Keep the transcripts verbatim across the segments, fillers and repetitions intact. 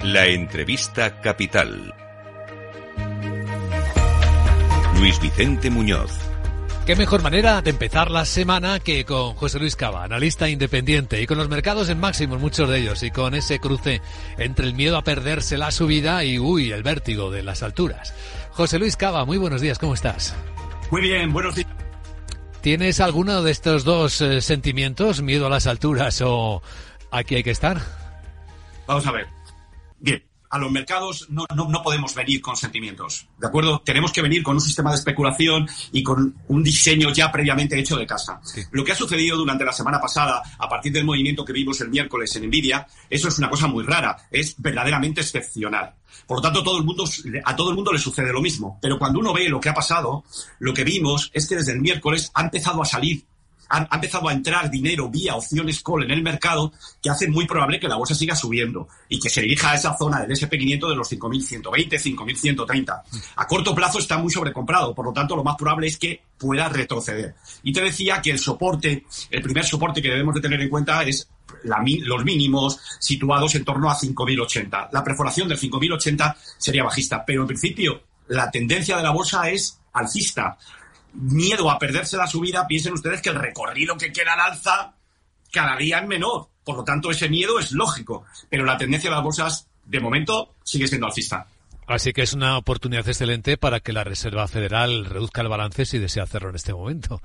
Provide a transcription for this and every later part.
La entrevista capital. Luis Vicente Muñoz. Qué mejor manera de empezar la semana que con José Luis Cava, analista independiente, y con los mercados en máximos, muchos de ellos, y con ese cruce entre el miedo a perderse la subida y, uy, el vértigo de las alturas. José Luis Cava, muy buenos días, ¿cómo estás? Muy bien, buenos días. ¿Tienes alguno de estos dos eh, sentimientos, miedo a las alturas o aquí hay que estar? Vamos a ver. Bien, a los mercados no, no, no podemos venir con sentimientos, ¿de acuerdo? Tenemos que venir con un sistema de especulación y con un diseño ya previamente hecho de casa. Sí. Lo que ha sucedido durante la semana pasada, a partir del movimiento que vimos el miércoles en Nvidia, eso es una cosa muy rara, es verdaderamente excepcional. Por lo tanto, todo el mundo, a todo el mundo le sucede lo mismo. Pero cuando uno ve lo que ha pasado, lo que vimos es que desde el miércoles ha empezado a salir Ha, ha empezado a entrar dinero vía opciones call en el mercado que hace muy probable que la bolsa siga subiendo y que se dirija a esa zona del ese and pe quinientos de los cinco mil ciento veinte, cinco mil ciento treinta. A corto plazo está muy sobrecomprado, por lo tanto lo más probable es que pueda retroceder. Y te decía que el soporte, el primer soporte que debemos de tener en cuenta es la, los mínimos situados en torno a cinco mil ochenta. La perforación del cinco mil ochenta sería bajista, pero en principio la tendencia de la bolsa es alcista. Miedo a perderse la subida, piensen ustedes que el recorrido que queda al alza cada día es menor. Por lo tanto, ese miedo es lógico. Pero la tendencia de las bolsas, de momento, sigue siendo alcista. Así que es una oportunidad excelente para que la Reserva Federal reduzca el balance si desea hacerlo en este momento.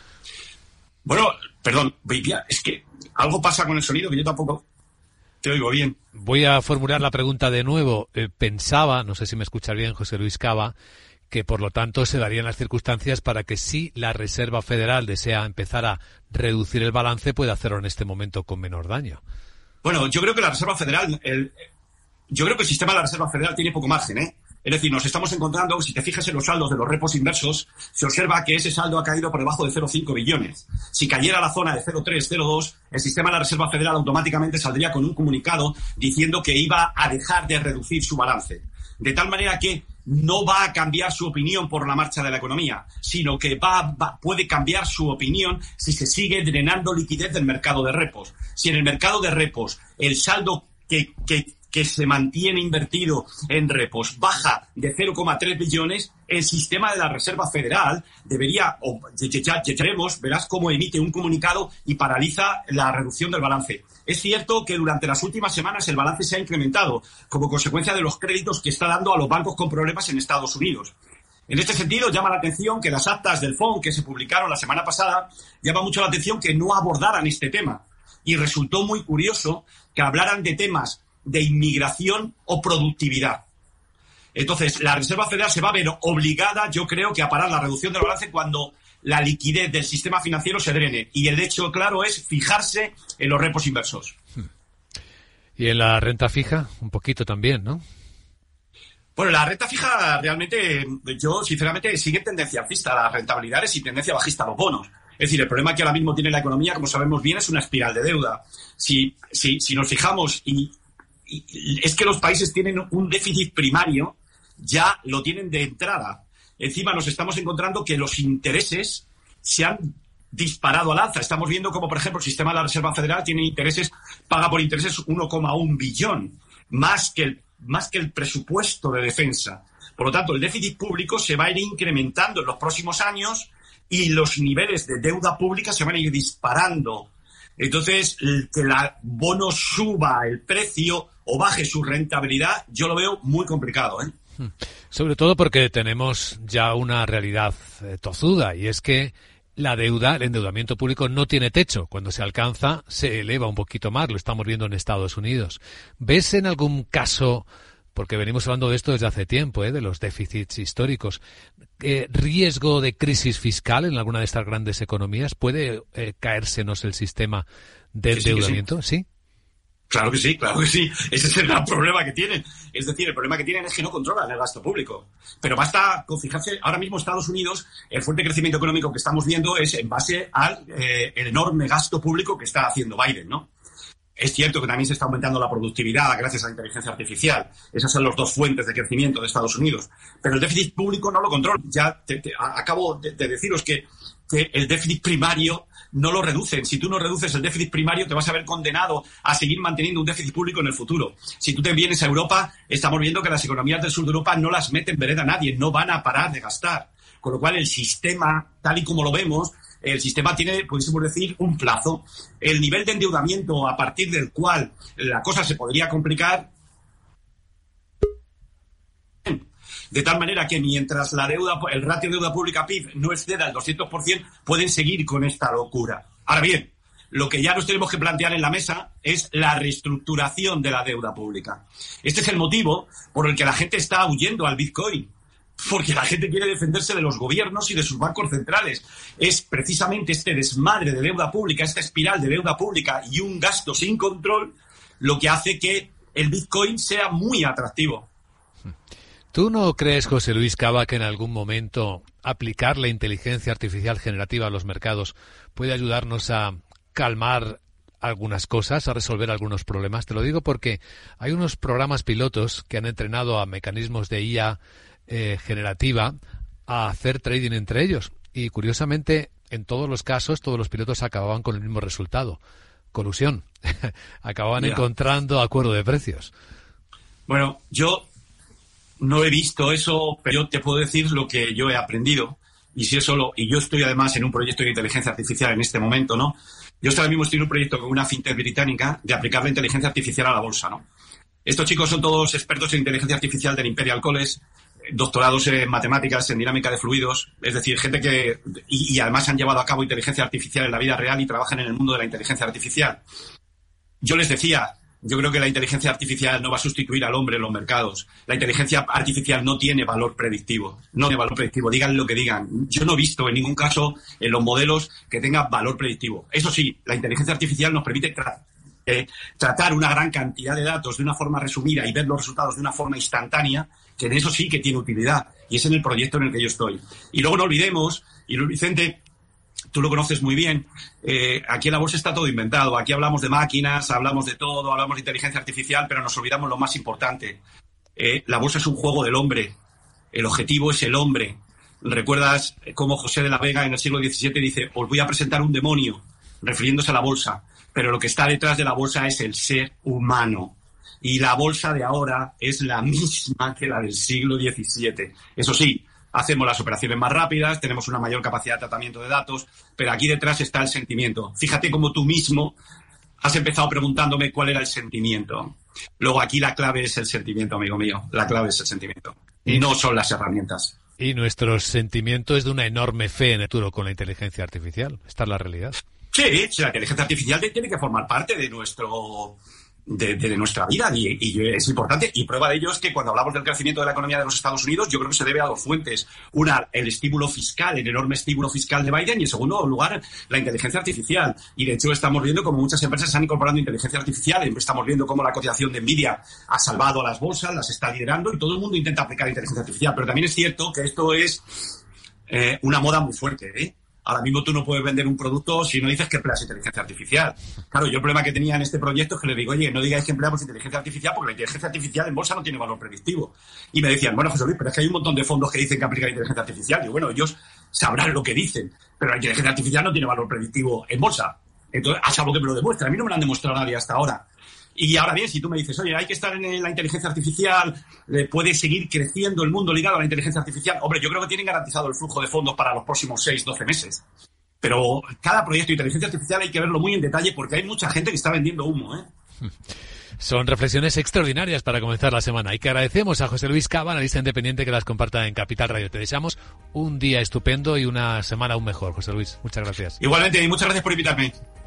Bueno, perdón, es que algo pasa con el sonido que yo tampoco te oigo bien. Voy a formular la pregunta de nuevo. Eh, pensaba, no sé si me escuchas bien, José Luis Cava, que por lo tanto se darían las circunstancias para que si la Reserva Federal desea empezar a reducir el balance, pueda hacerlo en este momento con menor daño. Bueno, yo creo que la Reserva Federal, el, yo creo que el sistema de la Reserva Federal tiene poco margen, ¿eh? Es decir, nos estamos encontrando, si te fijas en los saldos de los repos inversos, se observa que ese saldo ha caído por debajo de cero coma cinco billones. Si cayera a la zona de cero coma tres, cero coma dos, el sistema de la Reserva Federal automáticamente saldría con un comunicado diciendo que iba a dejar de reducir su balance. De tal manera que no va a cambiar su opinión por la marcha de la economía, sino que va, va, puede cambiar su opinión si se sigue drenando liquidez del mercado de repos. Si en el mercado de repos el saldo que, que, que se mantiene invertido en repos baja de cero coma tres billones, el sistema de la Reserva Federal debería, o ya veremos, verás cómo emite un comunicado y paraliza la reducción del balance. Es cierto que durante las últimas semanas el balance se ha incrementado como consecuencia de los créditos que está dando a los bancos con problemas en Estados Unidos. En este sentido, llama la atención que las actas del F O M que se publicaron la semana pasada, llama mucho la atención que no abordaran este tema. Y resultó muy curioso que hablaran de temas de inmigración o productividad. Entonces, la Reserva Federal se va a ver obligada, yo creo, que a parar la reducción del balance cuando la liquidez del sistema financiero se drene. Y el hecho claro es fijarse en los repos inversos. Y en la renta fija, un poquito también, ¿no? Bueno, la renta fija realmente, yo sinceramente, sigue en tendencia alcista las rentabilidades y tendencia bajista los bonos. Es decir, el problema que ahora mismo tiene la economía, como sabemos bien, es una espiral de deuda. Si, si, si nos fijamos, y, y es que los países tienen un déficit primario, ya lo tienen de entrada. Encima nos estamos encontrando que los intereses se han disparado al alza. Estamos viendo como, por ejemplo, el sistema de la Reserva Federal tiene intereses, paga por intereses uno coma uno billón, más que el, más que el presupuesto de defensa. Por lo tanto, el déficit público se va a ir incrementando en los próximos años y los niveles de deuda pública se van a ir disparando. Entonces, que la bono suba el precio o baje su rentabilidad, yo lo veo muy complicado, ¿eh? Sobre todo porque tenemos ya una realidad eh, tozuda, y es que la deuda, el endeudamiento público no tiene techo. Cuando se alcanza, se eleva un poquito más. Lo estamos viendo en Estados Unidos. ¿Ves en algún caso, porque venimos hablando de esto desde hace tiempo, ¿eh? de los déficits históricos, eh, riesgo de crisis fiscal en alguna de estas grandes economías? ¿Puede eh, caérsenos el sistema de que sí, endeudamiento? Sí. ¿Sí? Claro que sí, claro que sí. Ese es el gran problema que tienen. Es decir, el problema que tienen es que no controlan el gasto público. Pero basta con fijarse, ahora mismo Estados Unidos, el fuerte crecimiento económico que estamos viendo es en base al eh, el enorme gasto público que está haciendo Biden, ¿no? Es cierto que también se está aumentando la productividad gracias a la inteligencia artificial. Esas son las dos fuentes de crecimiento de Estados Unidos. Pero el déficit público no lo controla. Ya te, te, acabo de, de deciros que, que el déficit primario no lo reducen. Si tú no reduces el déficit primario, te vas a ver condenado a seguir manteniendo un déficit público en el futuro. Si tú te vienes a Europa, estamos viendo que las economías del sur de Europa no las mete en vereda a nadie, no van a parar de gastar. Con lo cual, el sistema, tal y como lo vemos, el sistema tiene, pudiésemos decir, un plazo. El nivel de endeudamiento a partir del cual la cosa se podría complicar, de tal manera que mientras la deuda, el ratio de deuda pública P I B no exceda el doscientos por ciento, pueden seguir con esta locura. Ahora bien, lo que ya nos tenemos que plantear en la mesa es la reestructuración de la deuda pública. Este es el motivo por el que la gente está huyendo al Bitcoin. Porque la gente quiere defenderse de los gobiernos y de sus bancos centrales. Es precisamente este desmadre de deuda pública, esta espiral de deuda pública y un gasto sin control, lo que hace que el Bitcoin sea muy atractivo. ¿Tú no crees, José Luis Cava, que en algún momento aplicar la inteligencia artificial generativa a los mercados puede ayudarnos a calmar algunas cosas, a resolver algunos problemas? Te lo digo porque hay unos programas pilotos que han entrenado a mecanismos de I A Eh, generativa a hacer trading entre ellos. Y curiosamente, en todos los casos, todos los pilotos acababan con el mismo resultado. Colusión. Acababan yeah. encontrando acuerdo de precios. Bueno, yo no he visto eso, pero yo te puedo decir lo que yo he aprendido. Y si eso lo, y yo estoy además en un proyecto de inteligencia artificial en este momento, ¿no? Yo ahora mismo estoy en un proyecto con una fintech británica de aplicar la inteligencia artificial a la bolsa, ¿no? Estos chicos son todos expertos en inteligencia artificial del Imperial College, doctorados en matemáticas, en dinámica de fluidos, es decir, gente que... Y, y además han llevado a cabo inteligencia artificial en la vida real y trabajan en el mundo de la inteligencia artificial. Yo les decía, yo creo que la inteligencia artificial no va a sustituir al hombre en los mercados. La inteligencia artificial no tiene valor predictivo. No tiene valor predictivo, digan lo que digan. Yo no he visto en ningún caso en los modelos que tenga valor predictivo. Eso sí, la inteligencia artificial nos permite tra- eh, tratar una gran cantidad de datos de una forma resumida y ver los resultados de una forma instantánea, que en eso sí que tiene utilidad, y es en el proyecto en el que yo estoy. Y luego no olvidemos, y Luis Vicente, tú lo conoces muy bien, eh, aquí en la bolsa está todo inventado, aquí hablamos de máquinas, hablamos de todo, hablamos de inteligencia artificial, pero nos olvidamos lo más importante. Eh, la bolsa es un juego del hombre, el objetivo es el hombre. ¿Recuerdas cómo José de la Vega en el siglo diecisiete dice, os voy a presentar un demonio, refiriéndose a la bolsa, pero lo que está detrás de la bolsa es el ser humano? Y la bolsa de ahora es la misma que la del siglo diecisiete. Eso sí, hacemos las operaciones más rápidas, tenemos una mayor capacidad de tratamiento de datos, pero aquí detrás está el sentimiento. Fíjate cómo tú mismo has empezado preguntándome cuál era el sentimiento. Luego aquí la clave es el sentimiento, amigo mío. La clave es el sentimiento. Y no son las herramientas. Y nuestro sentimiento es de una enorme fe en el futuro con la inteligencia artificial. Esta es la realidad. Sí, sí, la inteligencia artificial tiene que formar parte de nuestro... De, de nuestra vida y, y es importante, y prueba de ello es que cuando hablamos del crecimiento de la economía de los Estados Unidos, yo creo que se debe a dos fuentes. Una, el estímulo fiscal, el enorme estímulo fiscal de Biden, y en segundo lugar, la inteligencia artificial. Y de hecho estamos viendo como muchas empresas están incorporando inteligencia artificial, estamos viendo cómo la cotización de Nvidia ha salvado a las bolsas, las está liderando, y todo el mundo intenta aplicar inteligencia artificial. Pero también es cierto que esto es eh, una moda muy fuerte, ¿eh? Ahora mismo tú no puedes vender un producto si no dices que empleas inteligencia artificial. Claro, yo el problema que tenía en este proyecto es que le digo, oye, no digáis que empleamos inteligencia artificial porque la inteligencia artificial en bolsa no tiene valor predictivo. Y me decían, bueno, José Luis, pero es que hay un montón de fondos que dicen que aplican inteligencia artificial. Y bueno, ellos sabrán lo que dicen, pero la inteligencia artificial no tiene valor predictivo en bolsa. Entonces, haz algo que me lo demuestre. A mí no me lo han demostrado nadie hasta ahora. Y ahora bien, si tú me dices, oye, hay que estar en la inteligencia artificial, puede seguir creciendo el mundo ligado a la inteligencia artificial. Hombre, yo creo que tienen garantizado el flujo de fondos para los próximos seis, doce meses. Pero cada proyecto de inteligencia artificial hay que verlo muy en detalle porque hay mucha gente que está vendiendo humo, ¿eh? Son reflexiones extraordinarias para comenzar la semana. Y que agradecemos a José Luis Cava, analista independiente, que las comparta en Capital Radio. Te deseamos un día estupendo y una semana aún mejor, José Luis. Muchas gracias. Igualmente, y muchas gracias por invitarme.